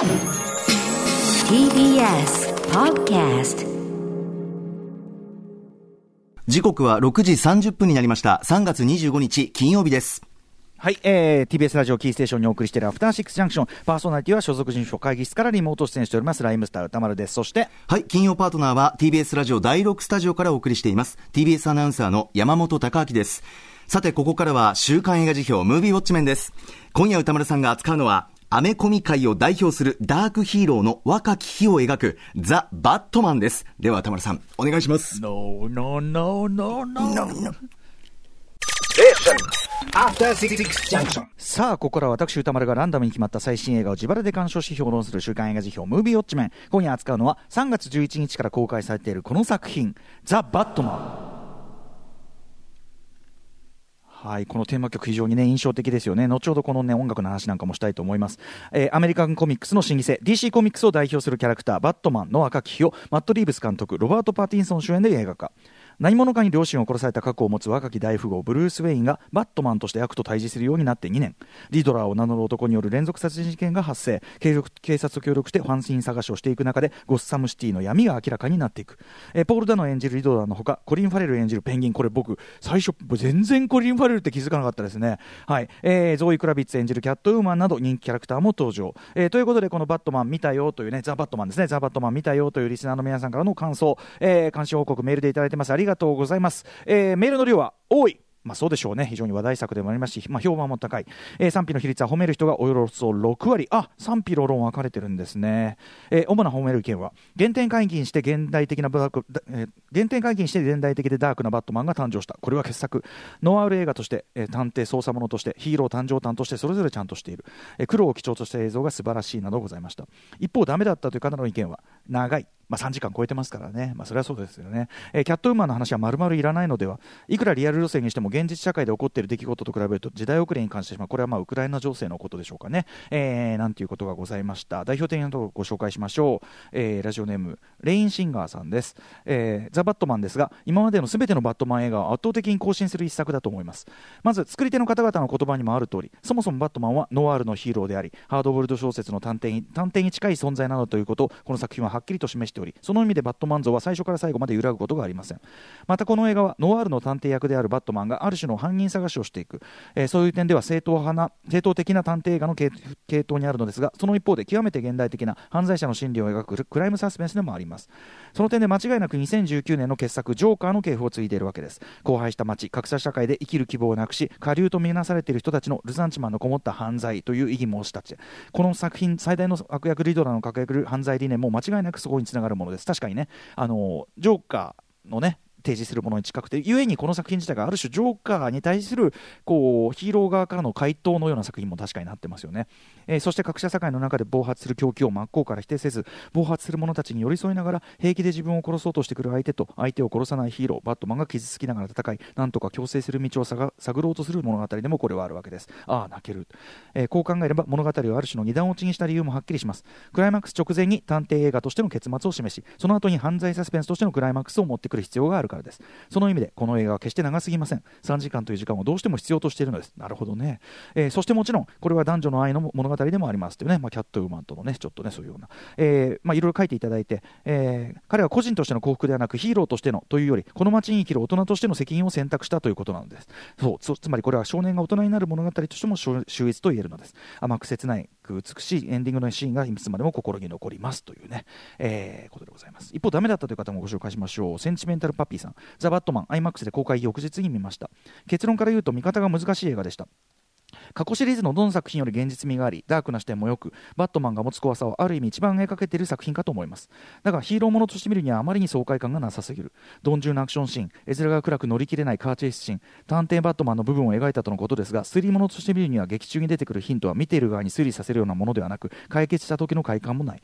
TBS Podcast。 時刻は6時30分になりました。3月25日金曜日です。 はい、TBS ラジオキーステーションにお送りしているアフターシックスジャンクション、パーソナリティは所属事務所会議室からリモート出演しておりますライムスター歌丸です。そしてはい、金曜パートナーは TBS ラジオ第6スタジオからお送りしています TBS アナウンサーの山本貴明です。さてここからは週刊映画辞表ムービーウォッチメンです。今夜歌丸さんが扱うのはアメコミ界を代表するダークヒーローの若き日を描くザ・バットマンです。では歌丸さんお願いします。 No no no no no。さあここからは私歌丸がランダムに決まった最新映画を自腹で鑑賞し評論する週刊映画辞表ムービーウォッチメン。今夜扱うのは3月11日から公開されているこの作品ザ・バットマン。はい、このテーマ曲非常にね印象的ですよね。後ほどこのね音楽の話なんかもしたいと思います。アメリカンコミックスの新犠牲 DC コミックスを代表するキャラクターバットマンの若き日をマット・リーブス監督、ロバート・パティンソン主演で映画化。何者かに両親を殺された過去を持つ若き大富豪ブルース・ウェインがバットマンとして悪と対峙するようになって2年。リドラーを名乗る男による連続殺人事件が発生。警察と協力して犯人探しをしていく中でゴッサムシティの闇が明らかになっていく。ポール・ダノ演じるリドラーのほかコリン・ファレル演じるペンギン、これ僕最初全然コリン・ファレルって気づかなかったですね。はい、ゾーイ・クラビッツ演じるキャットウーマンなど人気キャラクターも登場。ということでこのバットマン見たよというね、ザ・バットマンですね、ザ・バットマン見たよというリスナーの皆さんからの感想、監視報告メールでいただいてます。ありがとうございます。メールの量は多い。そうでしょうね。非常に話題作でもありますし、評判も高い。賛否の比率は褒める人がおよそ6割。賛否両論分かれてるんですね。主な褒める意見は原点回帰して現代的でダークなバットマンが誕生した。これは傑作。ノワール映画として、探偵捜査者としてヒーロー誕生誕としてそれぞれちゃんとしている。黒を基調とした映像が素晴らしいなどございました。一方ダメだったという方の意見は長い。3時間超えてますからね。それはそうですよね。キャットウーマンの話は丸々いらないのでは。いくらリアル路線にしても現実社会で起こっている出来事と比べると時代遅れに関してこれはウクライナ情勢のことでしょうかね。なんていうことがございました。代表的なところをご紹介しましょう。ラジオネームレインシンガーさんです。ザ・バットマンですが今までの全てのバットマン映画を圧倒的に更新する一作だと思います。まず作り手の方々の言葉にもある通り、そもそもバットマンはノワールのヒーローでありハードボイルド小説の探偵に近い存在などということをこの作品ははっきりと示しており、その意味でバットマン像は最初から最後まで揺らぐことがありません。またこの映画はノワールの探偵役であるバットマンがある種の犯人探しをしていく、そういう点では正統的な探偵映画の系統にあるのですが、その一方で極めて現代的な犯罪者の心理を描くクライムサスペンスでもあります。その点で間違いなく2019年の傑作ジョーカーの系譜を継いでいるわけです。荒廃した街、格差社会で生きる希望をなくし下流と見なされている人たちのルサンチマンのこもった犯罪という異議申し立ち、この作品最大の悪役リドラーの掲げる犯罪理念も間違いなくそこにつながるものです。確かにね、ジョーカーのね提示するものに近くて、ゆえにこの作品自体がある種ジョーカーに対するヒーロー側からの回答のような作品も確かになってますよね。そして格差社会の中で暴発する狂気を真っ向から否定せず、暴発する者たちに寄り添いながら平気で自分を殺そうとしてくる相手と相手を殺さないヒーローバットマンが傷つきながら戦い、なんとか共生する道を探ろうとする物語でもこれはあるわけです。泣ける。こう考えれば物語をある種の二段落ちにした理由もはっきりします。クライマックス直前に探偵映画としての結末を示し、その後に犯罪サスペンスとしてのクライマックスを持ってくる必要があるからです。その意味でこの映画は決して長すぎません。3時間という時間をどうしても必要としているのです。なるほどね。そしてもちろんこれは男女の愛の物語でもありますというね、キャットウーマンとのねちょっとねそういうような、いろいろ書いていただいて、彼は個人としての幸福ではなくヒーローとしてのというよりこの街に生きる大人としての責任を選択したということなのです。つまりこれは少年が大人になる物語としても秀逸と言えるのです。甘く切ない美しいエンディングのシーンがいつまでも心に残りますというね、ことでございます。一方ダメだったという方もご紹介しましょう。センチメンタルパピーさん、ザ・バットマン IMAX で公開翌日に見ました。結論から言うと見方が難しい映画でした。過去シリーズのどの作品より現実味がありダークな視点もよく、バットマンが持つ怖さをある意味一番描けている作品かと思います。だがヒーローものとして見るにはあまりに爽快感がなさすぎる。鈍重なアクションシーン、絵面が暗く乗り切れないカーチェイスシーン、探偵バットマンの部分を描いたとのことですが、推理ものとして見るには劇中に出てくるヒントは見ている側に推理させるようなものではなく、解決した時の快感もない。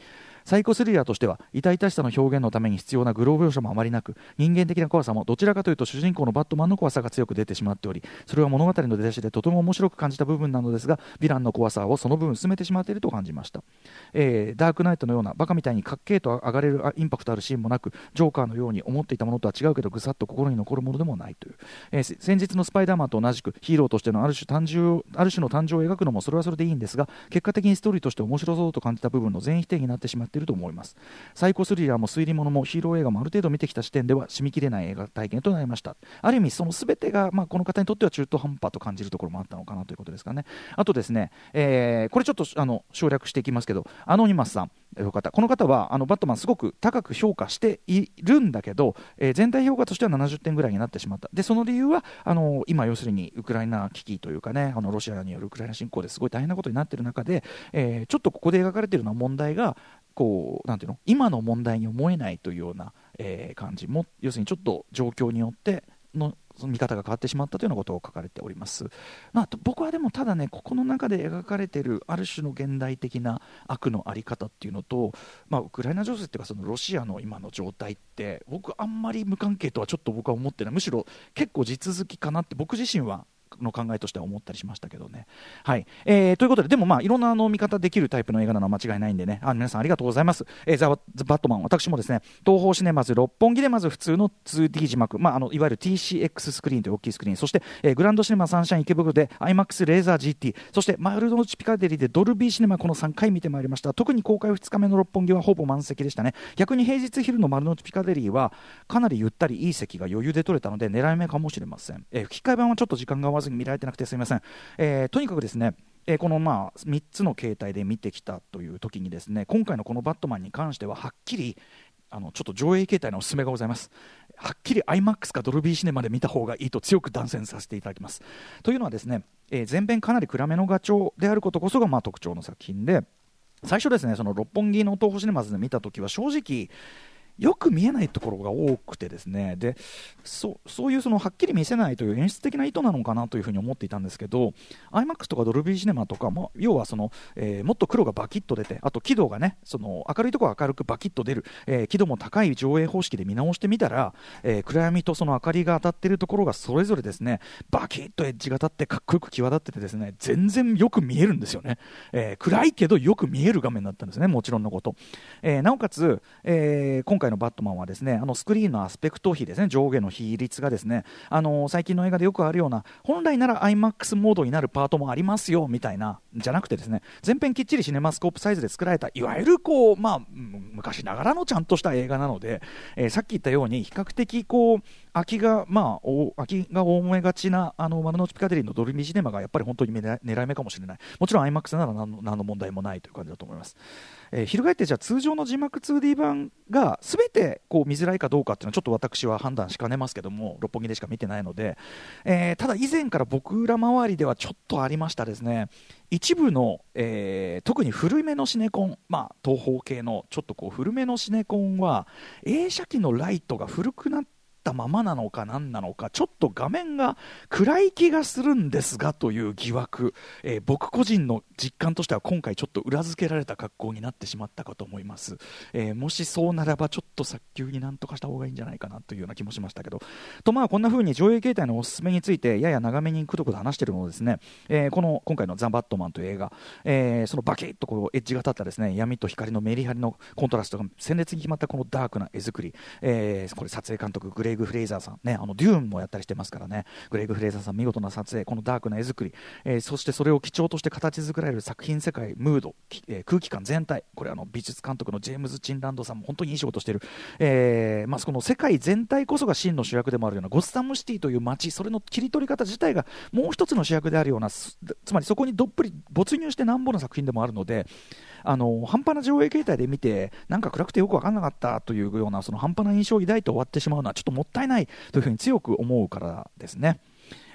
サイコスリラーとしては痛々しさの表現のために必要なグロ描写もあまりなく、人間的な怖さもどちらかというと主人公のバットマンの怖さが強く出てしまっており、それは物語の出だしでとても面白く感じた部分なのですが、ヴィランの怖さをその部分進めてしまっていると感じました。ダークナイトのようなバカみたいにかっけーと上がれるインパクトあるシーンもなく、ジョーカーのように思っていたものとは違うけどぐさっと心に残るものでもないという、先日のスパイダーマンと同じくヒーローとしてのある種の誕生を描くのもそれはそれでいいんですが、結果的にストーリーとして面白そうと感じた部分の全否定になってしまっていると思います。サイコスリラーも推理物もヒーロー映画もある程度見てきた視点では染みきれない映画体験となりました。ある意味その全てが、この方にとっては中途半端と感じるところもあったのかなということですかね。あとですね、これちょっと省略していきますけど、アノニマスさんという方、この方はバットマンすごく高く評価しているんだけど、全体評価としては70点ぐらいになってしまった。でその理由は今要するにウクライナ危機というかね、ロシアによるウクライナ侵攻ですごい大変なことになっている中で、ちょっとここで描かれているような問題がこうなんていうの、今の問題に思えないというような、感じも、要するにちょっと状況によっての見方が変わってしまったというようなことを書かれております。僕はでもただね、ここの中で描かれているある種の現代的な悪のあり方っていうのと、ウクライナ情勢っていうかそのロシアの今の状態って僕あんまり無関係とはちょっと僕は思ってない。むしろ結構地続きかなって僕自身はの考えとしては思ったりしましたけどね。はい、ということで、でもいろんな見方できるタイプの映画なのは間違いないんでね、皆さんありがとうございます。ザ・バットマン、私もですね、東宝シネマズ六本木でまず普通の 2D 字幕、いわゆる TCX スクリーンという大きいスクリーン、そして、グランドシネマサンシャイン池袋で IMAX レーザー GT、そして丸の内ピカデリーでドルビーシネマ、この3回見てまいりました。特に公開2日目の六本木はほぼ満席でしたね。逆に平日昼の丸の内ピカデリーはかなりゆったりいい席が余裕で取れたので狙い目かもしれません。吹き替え版はちょっと時間が合わずに見られてなくてすみません。とにかくですね、この3つの形態で見てきたという時にですね、今回のこのバットマンに関してははっきりちょっと上映形態のおすすめがございます。はっきり IMAX かドルビーシネマで見た方がいいと強く断線させていただきます。というのはですね、前編かなり暗めの画調であることこそが特徴の作品で、最初ですね、その六本木の東宝シネマズで見た時は正直よく見えないところが多くてですね、でそういうそのはっきり見せないという演出的な意図なのかなというふうに思っていたんですけど、 IMAX とかドルビーシネマとかも要はもっと黒がバキッと出て、あと輝度がね、その明るいところが明るくバキッと出る、輝度も高い上映方式で見直してみたら、暗闇とその明かりが当たっているところがそれぞれですねバキッとエッジが立ってかっこよく際立っててですね、全然よく見えるんですよね。暗いけどよく見える画面だったんですね、もちろんのこと。なおかつ、今回のバットマンはですね、スクリーンのアスペクト比ですね、上下の比率がですね、最近の映画でよくあるような、本来なら IMAX モードになるパートもありますよみたいなじゃなくてですね、全編きっちりシネマスコープサイズで作られた、いわゆる昔ながらのちゃんとした映画なので、さっき言ったように比較的空きが多めがちな丸の内ピカデリーのドルビーシネマがやっぱり本当に狙い目かもしれない。もちろん IMAX なら何の問題もないという感じだと思います。翻ってじゃあ通常の字幕 2D 版が全て見づらいかどうかっていうのはちょっと私は判断しかねますけども、六本木でしか見てないので、ただ以前から僕ら周りではちょっとありましたですね、一部の、特に古めのシネコン、東宝系のちょっと古めのシネコンは映写機のライトが古くなったままなのか何なのか、ちょっと画面が暗い気がするんですがという疑惑、僕個人の実感としては今回ちょっと裏付けられた格好になってしまったかと思います。もしそうならばちょっと早急になんとかした方がいいんじゃないかなというような気もしましたけど、とこんな風に上映形態のおすすめについてやや長めにくどくど話しているのをですね、今回のザ・バットマンという映画、そのバキッとエッジが立ったですね、闇と光のメリハリのコントラストが鮮烈に決まったこのダークな絵作り、これ撮影監督グレイグ・フレイザーさんね、デューンもやったりしてますからね、グレイグ・フレイザーさん見事な撮影、このダークな絵作り、そしてそれを基調として形作られる作品世界、ムード、空気感全体、これ美術監督のジェームズ・チンランドさんも本当にいい仕事している、この世界全体こそが真の主役でもあるようなゴッサムシティという街、それの切り取り方自体がもう一つの主役であるような、つまりそこにどっぷり没入してなんぼの作品でもあるので、半端な上映形態で見てなんか暗くてよく分からなかったというようなその半端な印象を抱いて終わってしまうのはちょっともったいないというふうに強く思うからですね。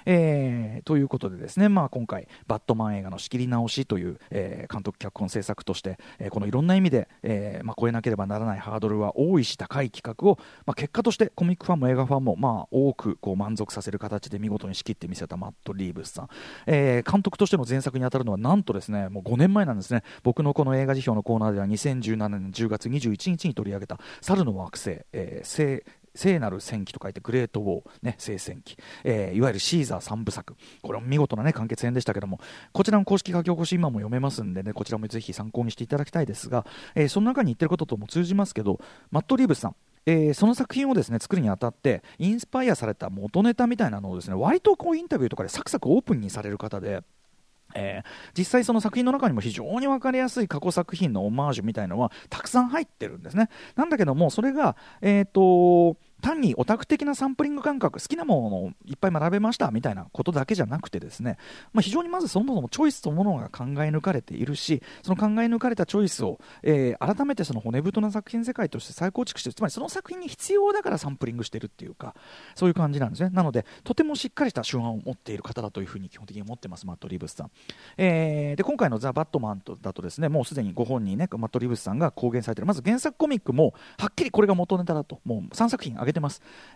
ということでですね、今回バットマン映画の仕切り直しという、監督脚本制作として、このいろんな意味で、超えなければならないハードルは多いし高い企画を、結果としてコミックファンも映画ファンも、多くこう満足させる形で見事に仕切ってみせたマット・リーブスさん、監督としての前作に当たるのはなんとですね、もう5年前なんですね。僕のこの映画辞表のコーナーでは2017年10月21日に取り上げた猿の惑星、聖なる戦記と書いてグレートウォー、ね、聖戦記、いわゆるシーザー3部作、これは見事な、完結編でしたけども、こちらの公式書き起こし今も読めますんでね、こちらもぜひ参考にしていただきたいですが、その中に言ってることとも通じますけど、マット・リーブスさん、その作品をですね作るにあたってインスパイアされた元ネタみたいなのをですね割とこうインタビューとかでサクサクオープンにされる方で、実際その作品の中にも非常に分かりやすい過去作品のオマージュみたいなのはたくさん入ってるんですね。なんだけどもそれが単にオタク的なサンプリング感覚、好きなものをいっぱい学べましたみたいなことだけじゃなくてですね、非常にまずそもそもチョイスというものが考え抜かれているし、その考え抜かれたチョイスを、改めてその骨太な作品世界として再構築している、つまりその作品に必要だからサンプリングしているっていうか、そういう感じなんですね。なのでとてもしっかりした手腕を持っている方だというふうに基本的に思ってます、マット・リーブスさん。で今回のザ・バットマンだとですね、もうすでにご本人ね、マット・リーブスさんが公言されている、まず原作コミックもはっきりこれが元ネタだと、もう3作品挙げてます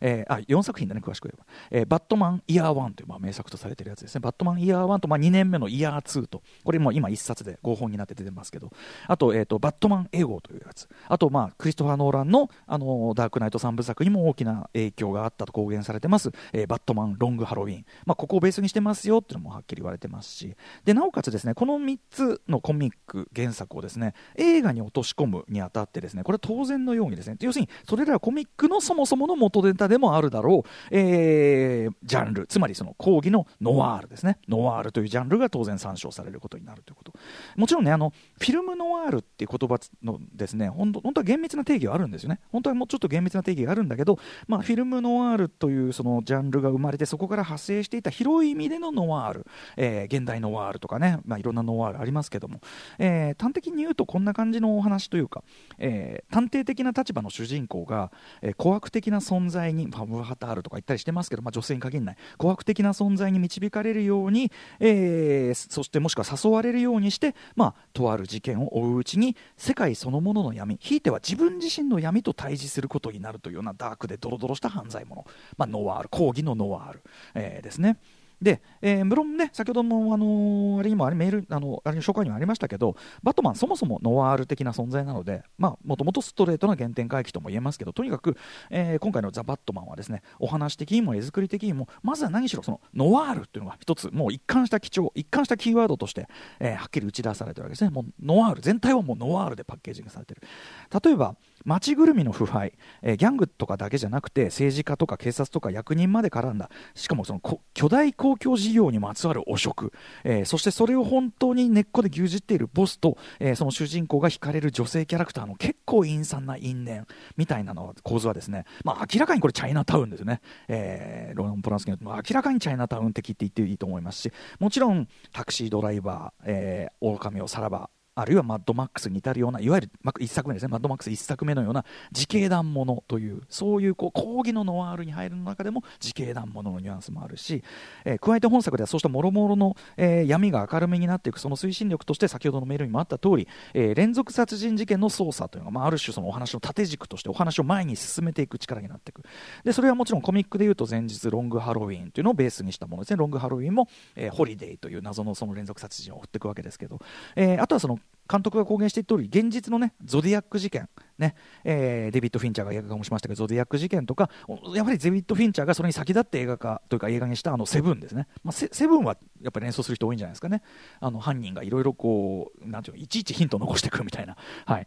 。4作品だね、詳しく言えば、バットマンイヤー1という、名作とされているやつですね。バットマンイヤー1と、2年目のイヤー2と、これも今1冊で合本になって出てますけど、あと、バットマンエゴというやつ、あと、クリストファー・ノーランの、ダークナイト3部作にも大きな影響があったと公言されてます、バットマンロングハロウィン、ここをベースにしてますよっていうのもはっきり言われてますし、でなおかつですね、この3つのコミック原作をですね映画に落とし込むにあたってですね、これは当然のようにですね、要するにそれらはコミックのそもそもの元ネタでもあるだろう、ジャンル、つまりその講義のノワールですね、ノワールというジャンルが当然参照されることになるということ。もちろんね、フィルムノワールっていう言葉のですね、本当は厳密な定義はあるんですよね。本当はもうちょっと厳密な定義があるんだけど、フィルムノワールというそのジャンルが生まれて、そこから派生していた広い意味でのノワール、現代ノワールとかね、いろんなノワールありますけども、端的に言うとこんな感じのお話というか、探偵的な立場の主人公が、小悪的な存在に、ファムハタールとか言ったりしてますけど、女性に限らない小悪的な存在に導かれるように、そしてもしくは誘われるようにして、とある事件を追ううちに世界そのものの闇、ひいては自分自身の闇と対峙することになるというようなダークでドロドロした犯罪者、ノワール、講義のノワール、ですね。で、無論ね、先ほどもあれにもメールあれの紹介にもありましたけど、バットマンそもそもノワール的な存在なので、もともとストレートな原点回帰とも言えますけど、とにかく、今回のザ・バットマンはですね、お話的にも絵作り的にもまずは何しろそのノワールっていうのが一つもう一貫した基調、一貫したキーワードとして、はっきり打ち出されてるわけですね。もうノワール全体はもうノワールでパッケージングされてる。例えば街ぐるみの腐敗、ギャングとかだけじゃなくて政治家とか警察とか役人まで絡んだ、しかもその巨大公共事業にまつわる汚職、そしてそれを本当に根っこで牛耳っているボスと、その主人公が惹かれる女性キャラクターの結構陰惨な因縁みたいなの構図はですね、明らかにこれチャイナタウンですね、ローラン・ポランスキーの明らかにチャイナタウン的って言っていいと思いますし、もちろんタクシードライバー、狼をさらば、あるいはマッドマックスに至るような、いわゆる1作目ですね、マッドマックス1作目のような自警団ものという、そういう講義のノワールに入る中でも自警団もののニュアンスもあるし、加えて本作ではそうしたもろもろの、闇が明るめになっていくその推進力として、先ほどのメールにもあった通り、連続殺人事件の捜査というのが、ある種そのお話の縦軸としてお話を前に進めていく力になっていく。でそれはもちろんコミックでいうと前日ロングハロウィンというのをベースにしたものですね。ロングハロウィンも、ホリデーという謎のその連続殺人を追っていくわけですけど、あとはその監督が公言している通り、現実のねゾディアック事件ね、デビッド・フィンチャーが映画化もしましたけど、ゾディアック事件とか、やはりデビッド・フィンチャーがそれに先立って映画化というか映画にしたセブンですね。セブンはやっぱり連想する人多いんじゃないですかね。犯人がいろいろこうなんていうの、いちいちヒントを残してくるみたいな、はい、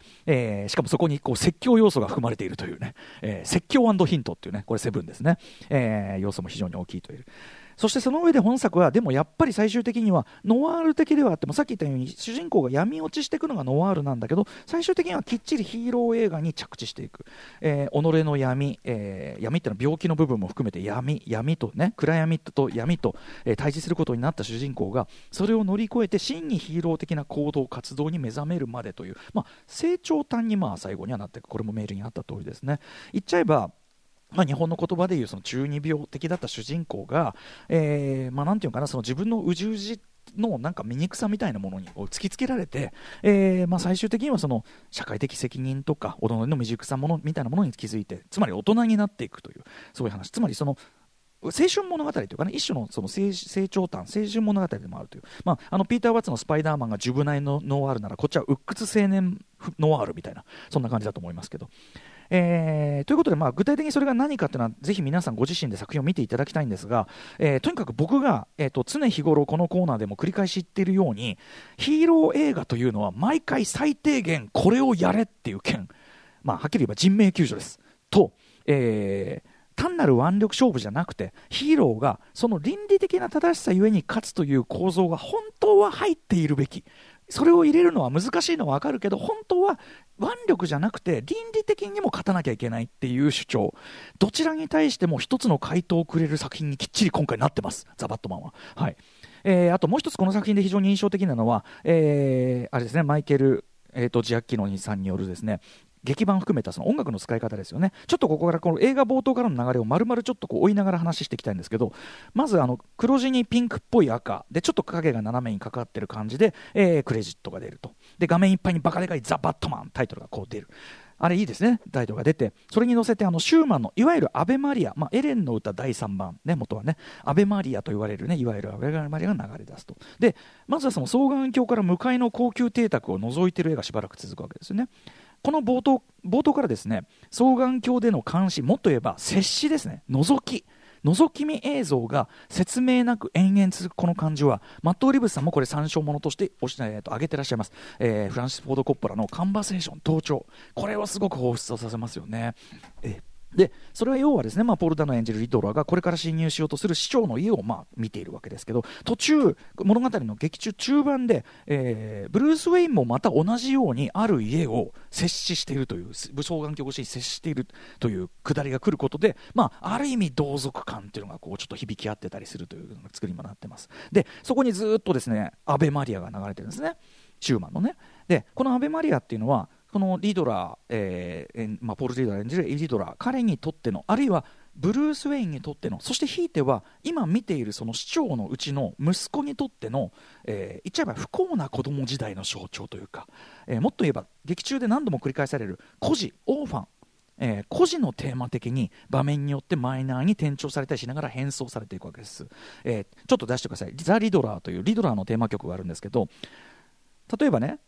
しかもそこにこう説教要素が含まれているというね、説教&ヒントっていうね、これセブンですね、要素も非常に大きいという。そしてその上で本作はでもやっぱり最終的にはノワール的ではあっても、さっき言ったように主人公が闇落ちしていくのがノワールなんだけど、最終的にはきっちりヒーロー映画に着地していく、己の闇、闇っていうのは病気の部分も含めて闇とね、暗闇と闇と、対峙することになった主人公がそれを乗り越えて真にヒーロー的な行動活動に目覚めるまでという、成長端に最後にはなっていく。これもメールにあった通りですね。言っちゃえば日本の言葉でいうその中二病的だった主人公が、なんていうかな、その自分のうじうじのなんか醜さみたいなものに突きつけられて、最終的にはその社会的責任とか己の未熟さものみたいなものに気づいて、つまり大人になっていくというそういう話、つまりその青春物語というかね、一種のその成長譚、青春物語でもあるという、ピーター・ワッツのスパイダーマンがジュブナイのノワールなら、こっちは鬱屈青年ノワールみたいな、そんな感じだと思いますけど。ということで、具体的にそれが何かというのはぜひ皆さんご自身で作品を見ていただきたいんですが、とにかく僕が、常日頃このコーナーでも繰り返し言っているように、ヒーロー映画というのは毎回最低限これをやれっていう件、はっきり言えば人命救助ですと、単なる腕力勝負じゃなくて、ヒーローがその倫理的な正しさゆえに勝つという構造が本当は入っているべき。それを入れるのは難しいのは分かるけど、本当は腕力じゃなくて倫理的にも勝たなきゃいけないっていう主張、どちらに対しても一つの回答をくれる作品にきっちり今回なってます、ザ・バットマンは。はい。あともう一つこの作品で非常に印象的なのは、あれですね、マイケル、ジアッキノニさんによるですね、劇版含めたその音楽の使い方ですよね。ちょっとここからこの映画冒頭からの流れを丸々ちょっと追いながら話していきたいんですけど、まず黒地にピンクっぽい赤でちょっと影が斜めにかかってる感じで、クレジットが出ると。で画面いっぱいにバカでかいザ・バットマンタイトルがこう出る。あれいいですね、タイトルが出て、それに乗せてシューマンのいわゆるアベマリア、エレンの歌第3番、ね、元はねアベマリアと言われるね、いわゆるアベマリアが流れ出すと。でまずはその双眼鏡から向かいの高級邸宅を覗いている絵がしばらく続くわけですよね。この冒頭からですね、双眼鏡での監視、もっと言えば接しですね、覗き見映像が説明なく延々続くこの感じは、マット・リブスさんもこれ参照物として挙げてらっしゃいます、フランシス・フォード・コッポラのカンバセーション盗聴、これをすごく彷彿とさせますよね。でそれは要はですね、ポール・ダノ演じるリドラーがこれから侵入しようとする市長の家を見ているわけですけど、途中物語の劇中盤で、ブルース・ウェインもまた同じようにある家を接ししているという、双眼鏡越しに接しているというくだりが来ることで、ある意味同族感っていうのがこうちょっと響き合ってたりするという作りにもなってます。でそこにずっとですねアベマリアが流れてるんですね、シューマンのね。でこのアベマリアっていうのはこのリドラー、ポール・リドラー演じるリドラー、彼にとっての、あるいはブルース・ウェインにとっての、そしてひいては今見ているその市長のうちの息子にとっての、言っちゃえば不幸な子供時代の象徴というか、もっと言えば劇中で何度も繰り返される孤児、オーファン、孤児のテーマ的に場面によってマイナーに転調されたりしながら変装されていくわけです。ちょっと出してください。ザ・リドラーというリドラーのテーマ曲があるんですけど、例えばね、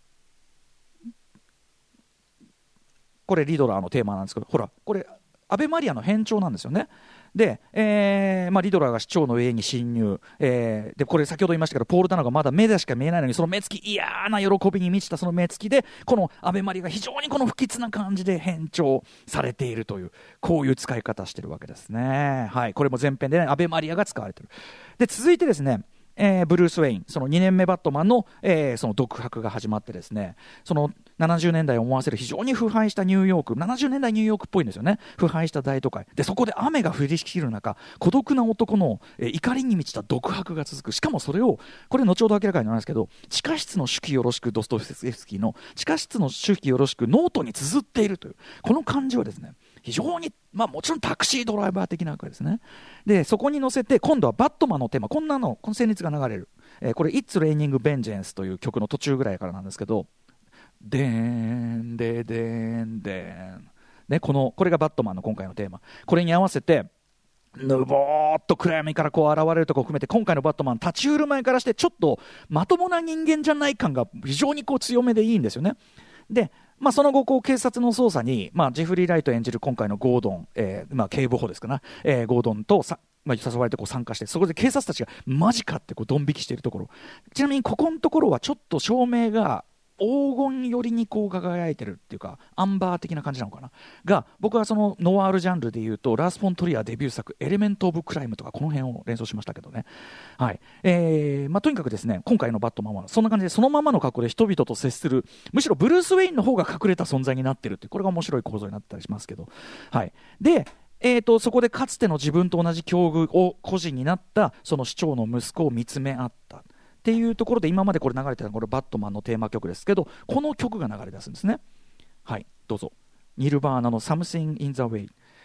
これリドラーのテーマなんですけど、ほらこれアベマリアの変調なんですよね。で、リドラーが市長の家に侵入、でこれ先ほど言いましたけど、ポール・ダノがまだ目でしか見えないのに、その目つき、嫌な喜びに満ちたその目つきで、このアベマリアが非常にこの不吉な感じで変調されているという、こういう使い方してるわけですね。はい、これも前編でねアベマリアが使われてる。で続いてですね、ブルース・ウェイン、その2年目バットマンの、その独白が始まってですね、その70年代を思わせる非常に腐敗したニューヨーク、70年代ニューヨークっぽいんですよね。腐敗した大都会で、そこで雨が降りしきる中、孤独な男の、怒りに満ちた独白が続く。しかもそれを、これ後ほど明らかになるんですけど、地下室の手記よろしく、ドストエフスキーの地下室の手記よろしくノートに綴っているという、この感じはですね、非常に、もちろんタクシードライバー的なわけですね。でそこに乗せて今度はバットマンのテーマ、この旋律が流れる、これ It's Raining Vengeance という曲の途中ぐらいからなんですけど、でーんででーんでーん、ね、これがバットマンの今回のテーマ。これに合わせてぬぼーっと暗闇からこう現れるところを含めて、今回のバットマン立ち振る舞いからしてちょっとまともな人間じゃない感が非常にこう強めでいいんですよね。でその後こう警察の捜査に、ジェフリー・ライト演じる今回のゴードン、警部補ですかな、ゴードンと誘われてこう参加して、そこで警察たちがマジかってこうドン引きしているところ、ちなみにここのところはちょっと照明が黄金寄りにこう輝いてるっていうか、アンバー的な感じなのかなが、僕はそのノワールジャンルでいうとラース・フォントリアデビュー作エレメント・オブ・クライムとか、この辺を連想しましたけどね。はい、とにかくですね、今回のバットマンはそんな感じで、そのままの格好で人々と接する、むしろブルース・ウェインの方が隠れた存在になってるっていう、これが面白い構造になったりしますけど、はい。でそこでかつての自分と同じ境遇を孤児になったその市長の息子を見つめ合ったっていうところで、今までこれ流れてたこれバットマンのテーマ曲ですけど、この曲が流れ出すんですね。はい、どうぞ。ニルバーナの Something in the Way。はい、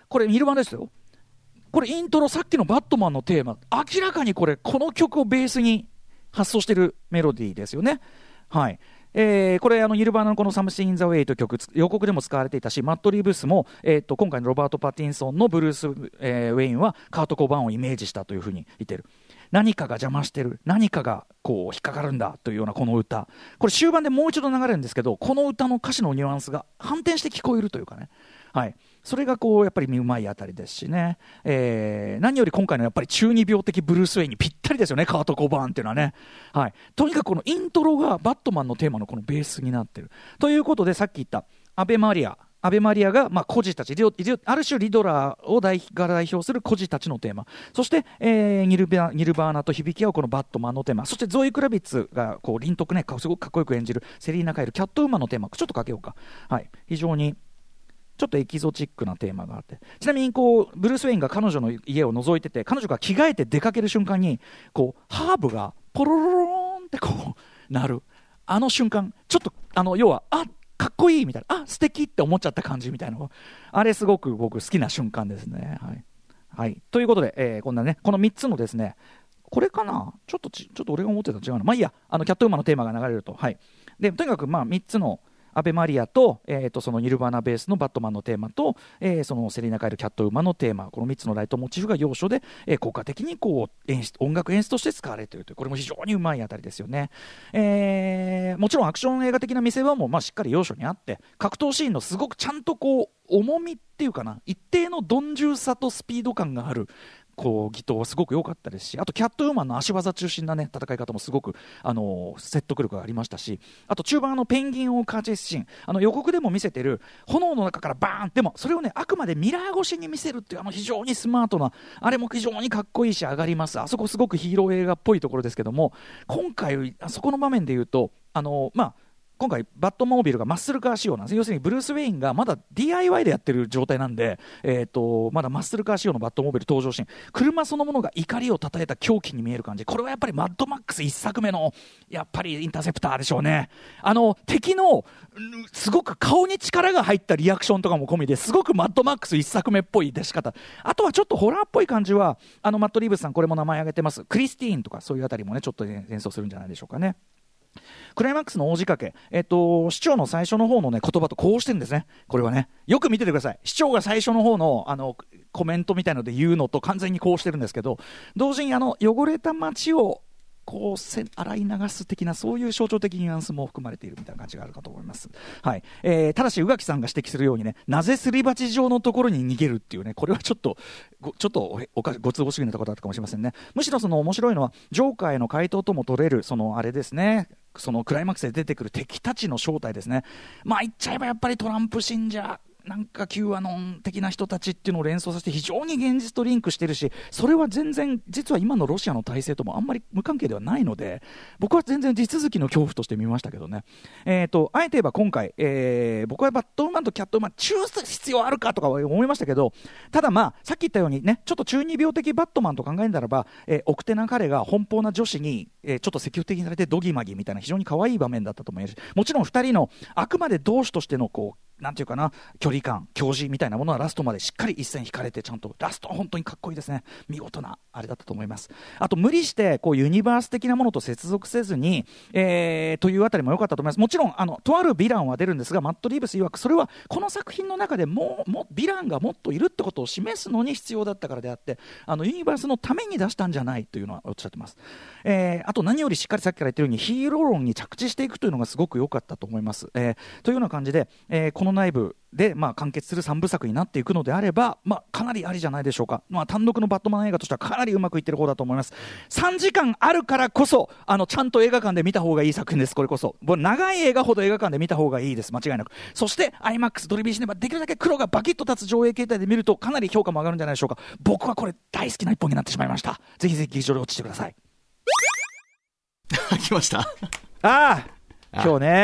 これニルバーナですよ。これイントロ、さっきのバットマンのテーマ、明らかにこの曲をベースに発想してるメロディーですよね。はい。これニルバーナのこの Something in the Way という曲、予告でも使われていたし、マット・リーブスも、今回のロバート・パティンソンのブルース、ウェインはカート・コバーンをイメージしたというふうに言ってる。何かが邪魔してる、何かがこう引っかかるんだというようなこの歌、これ終盤でもう一度流れるんですけど、この歌の歌詞のニュアンスが反転して聞こえるというかね、はい、それがこうやっぱりうまいあたりですしね、何より今回のやっぱり中二病的ブルース・ウェインにぴったりですよね、カート・コバーンっていうのはね、はい、とにかくこのイントロがバットマンのテーマのこのベースになってるということで、さっき言ったアベマリアが、孤児たち、ある種リドラーが代表する孤児たちのテーマ、そして、ニルバーナと響き合うこのバットマンのテーマ、そしてゾイ・クラビッツがこう凛とくね、すごくかっこよく演じるセリーナ・カイル、キャットウーマンのテーマ、ちょっとかけようか、はい、非常にちょっとエキゾチックなテーマがあって、ちなみにこうブルース・ウェインが彼女の家を覗いてて、彼女が着替えて出かける瞬間にこうハーブがポロロローンってこうなるあの瞬間、ちょっと要はかっこいいみたいな、素敵って思っちゃった感じみたいな、あれすごく僕好きな瞬間ですね。はい、はい、ということで、こんなね、この3つのですね、これかな、ちょっと俺が思ってたの違うな、まあいいや、キャットウーマンのテーマが流れると、はい、でとにかく3つのアベマリアと、そのニルバーナベースのバットマンのテーマと、そのセリーナ・カイルキャットウーマンのテーマ、この3つのライトモチーフが要所で、効果的にこう音楽演出として使われているという、これも非常にうまいあたりですよね。もちろんアクション映画的な見せ場もしっかり要所にあって、格闘シーンのすごくちゃんとこう重みっていうかな、一定の鈍重さとスピード感があるこう技法はすごく良かったですし、あとキャットウーマンの足技中心な、ね、戦い方もすごく説得力がありましたし、あと中盤ペンギンをカーチェイスシーン、予告でも見せてる炎の中からバーン、でもそれをねあくまでミラー越しに見せるっていう非常にスマートな、あれも非常にかっこいいし上がります。あそこすごくヒーロー映画っぽいところですけども、今回そこの場面で言うと今回バットモービルがマッスルカー仕様なんです。要するにブルース・ウェインがまだ DIY でやってる状態なんで、まだマッスルカー仕様のバットモービル登場シーン、車そのものが怒りをたたえた狂気に見える感じ、これはやっぱりマッドマックス1作目のやっぱりインターセプターでしょうね。敵のすごく顔に力が入ったリアクションとかも込みですごくマッドマックス1作目っぽい出し方、あとはちょっとホラーっぽい感じはマット・リーブスさん、これも名前挙げてますクリスティーンとか、そういうあたりもねちょっと演奏するんじゃないでしょうかね。クライマックスの大仕掛け、市長の最初の方の、ね、言葉とこうしてるんですね。これはねよく見ててください。市長が最初の方のコメントみたいので言うのと完全にこうしてるんですけど、同時に汚れた街をこう洗い流す的な、そういう象徴的ニュアンスも含まれているみたいな感じがあるかと思います。はい。ただし宇垣さんが指摘するようにね、なぜすり鉢状のところに逃げるっていうね、これはちょっとご都合主義なところだったかもしれませんね。むしろその面白いのはジョーカーへの回答とも取れるそのあれですね、そのクライマックスで出てくる敵たちの正体ですね。言っちゃえばやっぱりトランプ信者なんか Q アノン的な人たちっていうのを連想させて非常に現実とリンクしてるし、それは全然実は今のロシアの体制ともあんまり無関係ではないので、僕は全然地続きの恐怖として見ましたけどね。あえて言えば今回、僕はバットウーマンとキャットウーマン抽出必要あるかとか思いましたけど、たださっき言ったようにね、ちょっと中二病的バットマンと考えるならば、奥手な彼が奔放な女子に、ちょっと積極的にされてドギマギみたいな非常に可愛い場面だったと思いますし、もちろん2人のあくまで同志としてのこうなんていうかな、距離感、教示みたいなものはラストまでしっかり一線引かれて、ちゃんとラストは本当にかっこいいですね。見事なあれだったと思います。あと無理してこうユニバース的なものと接続せずに、というあたりも良かったと思います。もちろんとあるヴィランは出るんですが、マット・リーブス曰くそれはこの作品の中でもヴィランがもっといるってことを示すのに必要だったからであって、ユニバースのために出したんじゃないというのはおっしゃってます。あと何よりしっかりさっきから言ってるようにヒーロー論に着地していくというのがすごく良かったと思います。というような感じで、この内部で完結する3部作になっていくのであれば、かなりありじゃないでしょうか。単独のバットマン映画としてはかなりうまくいってる方だと思います。3時間あるからこそちゃんと映画館で見た方がいい作品です。これこそ長い映画ほど映画館で見た方がいいです、間違いなく。そして IMAX ドルビーシネマできるだけ黒がバキッと立つ上映形態で見るとかなり評価も上がるんじゃないでしょうか。僕はこれ大好きな一本になってしまいました。ぜひぜひ劇場で落ちてください。 来ました今日ね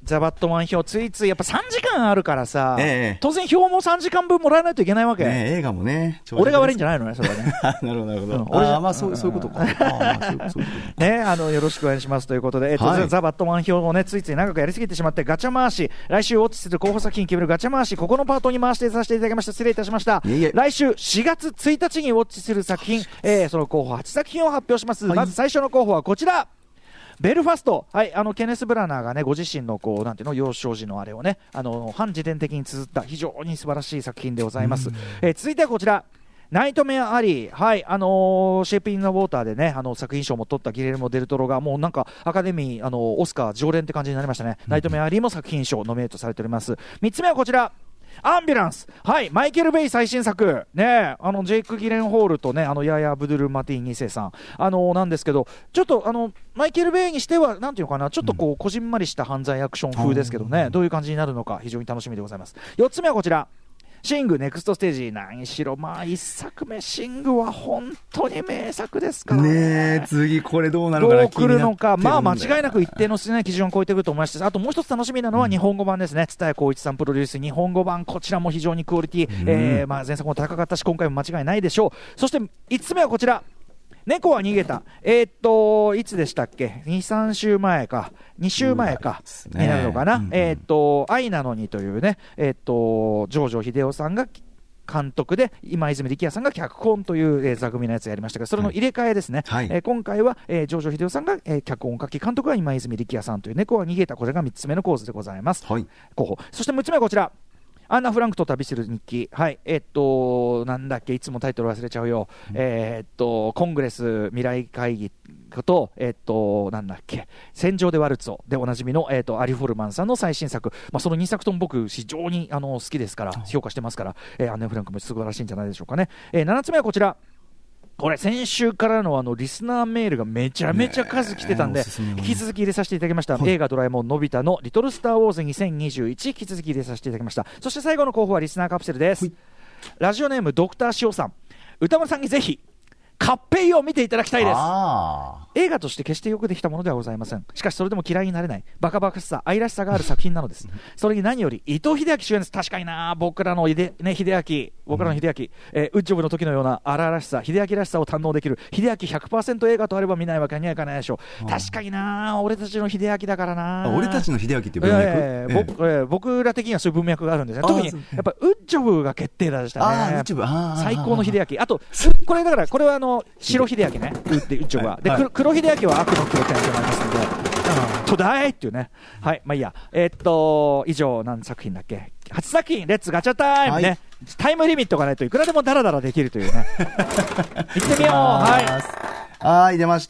ザ・バットマン表ついついやっぱ3時間あるからさ、当然表も3時間分もらわないといけないわけ、 映画もね、 俺が悪いんじゃないのねそれはねなるほどなるほど、まあそういうことかね、よろしくお願いしますということで、ザ・バットマン表をねついつい長くやりすぎてしまってガチャ回し、来週ウォッチする候補作品決めるガチャ回し、ここのパートに回してさせていただきました。失礼いたしました。来週4月1日にウォッチする作品、その候補8作品を発表します、まず最初の候補はこちら、ベルファスト、ケネス・ブラナーがねご自身のこうなんていうの幼少時のあれをね反自伝的に綴った非常に素晴らしい作品でございます。続いてはこちら、ナイトメア・アリー、シェープ・イン・ザ・ウォーターでね作品賞も取ったギレルモ・デルトロがもうなんかアカデミーオスカー常連って感じになりましたね。ナイトメア・アリーも作品賞ノミネートされております。3つ目はこちら、アンビュランス、マイケル・ベイ最新作、ね、ジェイク・ギレンホールとねヤヤ・アブドゥル・マティ・2世さんなんですけど、ちょっとマイケル・ベイにしてはなんていうのかな、ちょっとこうこじんまりした犯罪アクション風ですけどね、どういう感じになるのか非常に楽しみでございます。4つ目はこちら、シングネクストステージ、何しろ1作目シングは本当に名作ですからね。 次これどうなるかな、 どう来るのか、間違いなく一定の基準を超えてくると思いまして、あともう一つ楽しみなのは日本語版ですね。蔦谷好位置さんプロデュース日本語版、こちらも非常にクオリティ、前作も高かったし今回も間違いないでしょう。そして5つ目はこちら、猫は逃げた、いつでしたっけ、2、3週前か2週前かになるのかな、愛なのにというね、城城秀夫さんが監督で今泉力也さんが脚本という、座組のやつやりましたが、それの入れ替えですね、今回は、城城秀夫さんが、脚本を書き監督は今泉力也さんという猫は逃げた、これが3つ目の構図でございます、候補。そして6つ目はこちら、アンナ・フランクと旅する日記、なんだっけ、いつもタイトル忘れちゃうよ、コングレス未来会議と、なんだっけ、戦場でワルツォでおなじみの、アリ・フォルマンさんの最新作、その2作とも僕非常に好きですから、評価してますから、アンナ・フランクも素晴らしいんじゃないでしょうかね。7つ目はこちら、これ先週からのリスナーメールがめちゃめちゃ数来てたんで、引き続き入れさせていただきました。映画ドラえもんのび太のリトルスターウォーズ2021、引き続き入れさせていただきました。そして最後の候補はリスナーカプセルです。ラジオネームドクター塩さん、歌丸さんにぜひカッペイを見ていただきたいです。映画として決してよくできたものではございません。しかしそれでも嫌いになれないバカバカしさ、愛らしさがある作品なのです。それに何より伊藤英明主演です。確かにな、僕らの秀明、ウッジョブの時のような荒々しさ、秀明らしさを堪能できる秀明 100% 映画とあれば見ないわけにはいかないでしょう。確かにな、俺たちの秀明だからな。 俺たちの秀明っていう文脈、僕ら的にはそういう文脈があるんですね。特にやっぱウッジョブが決定でしたね。最高の秀明。あとこれだから、これは白秀明ね、ウッジョブはで、黒秀明は悪の黒点となりますので、トダイっていうね、まあいいや、以上何作品だっけ、8作品、レッツガチャタイムね、タイムリミットがないといくらでもダラダラできるというね行ってみよう。 はい、出ました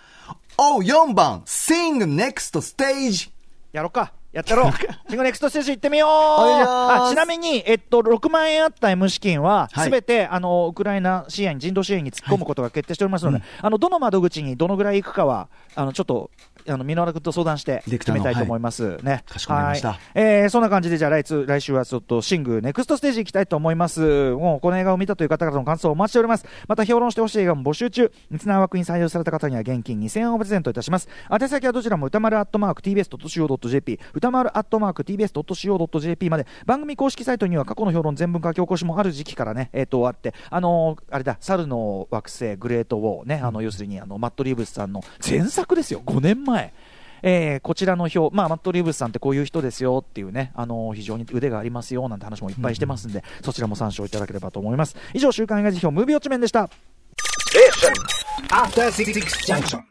。4番 Sing Next Stage、 やろうか、やったろうシングネクストステージ行ってみよう。ちなみに、6万円あった M 資金はすべて、ウクライナ支援、人道支援に突っ込むことが決定しておりますので、どの窓口にどのぐらい行くかはちょっと箕輪君と相談して決めたいと思いますね。 かしこまりました。 そんな感じで、じゃあ来週はちょっとシングネクストステージ行きたいと思います。もうこの映画を見たという方々の感想をお待ちしております。また評論してほしい映画も募集中。リスナー枠に採用された方には現金2000円をプレゼントいたします。宛先はどちらも歌丸@tbs.co.jp、 歌丸@tbs.co.jp まで。番組公式サイトには過去の評論全文書き起こしもある時期からね、あってあれだ、猿の惑星グレートウォーね、要するにマット・リーブスさんの前作ですよ、5年前。こちらの表、マット・リーブスさんってこういう人ですよっていうね、非常に腕がありますよなんて話もいっぱいしてますんで、そちらも参照いただければと思います。以上、週刊映画辞表ムービーウォッチメンでした。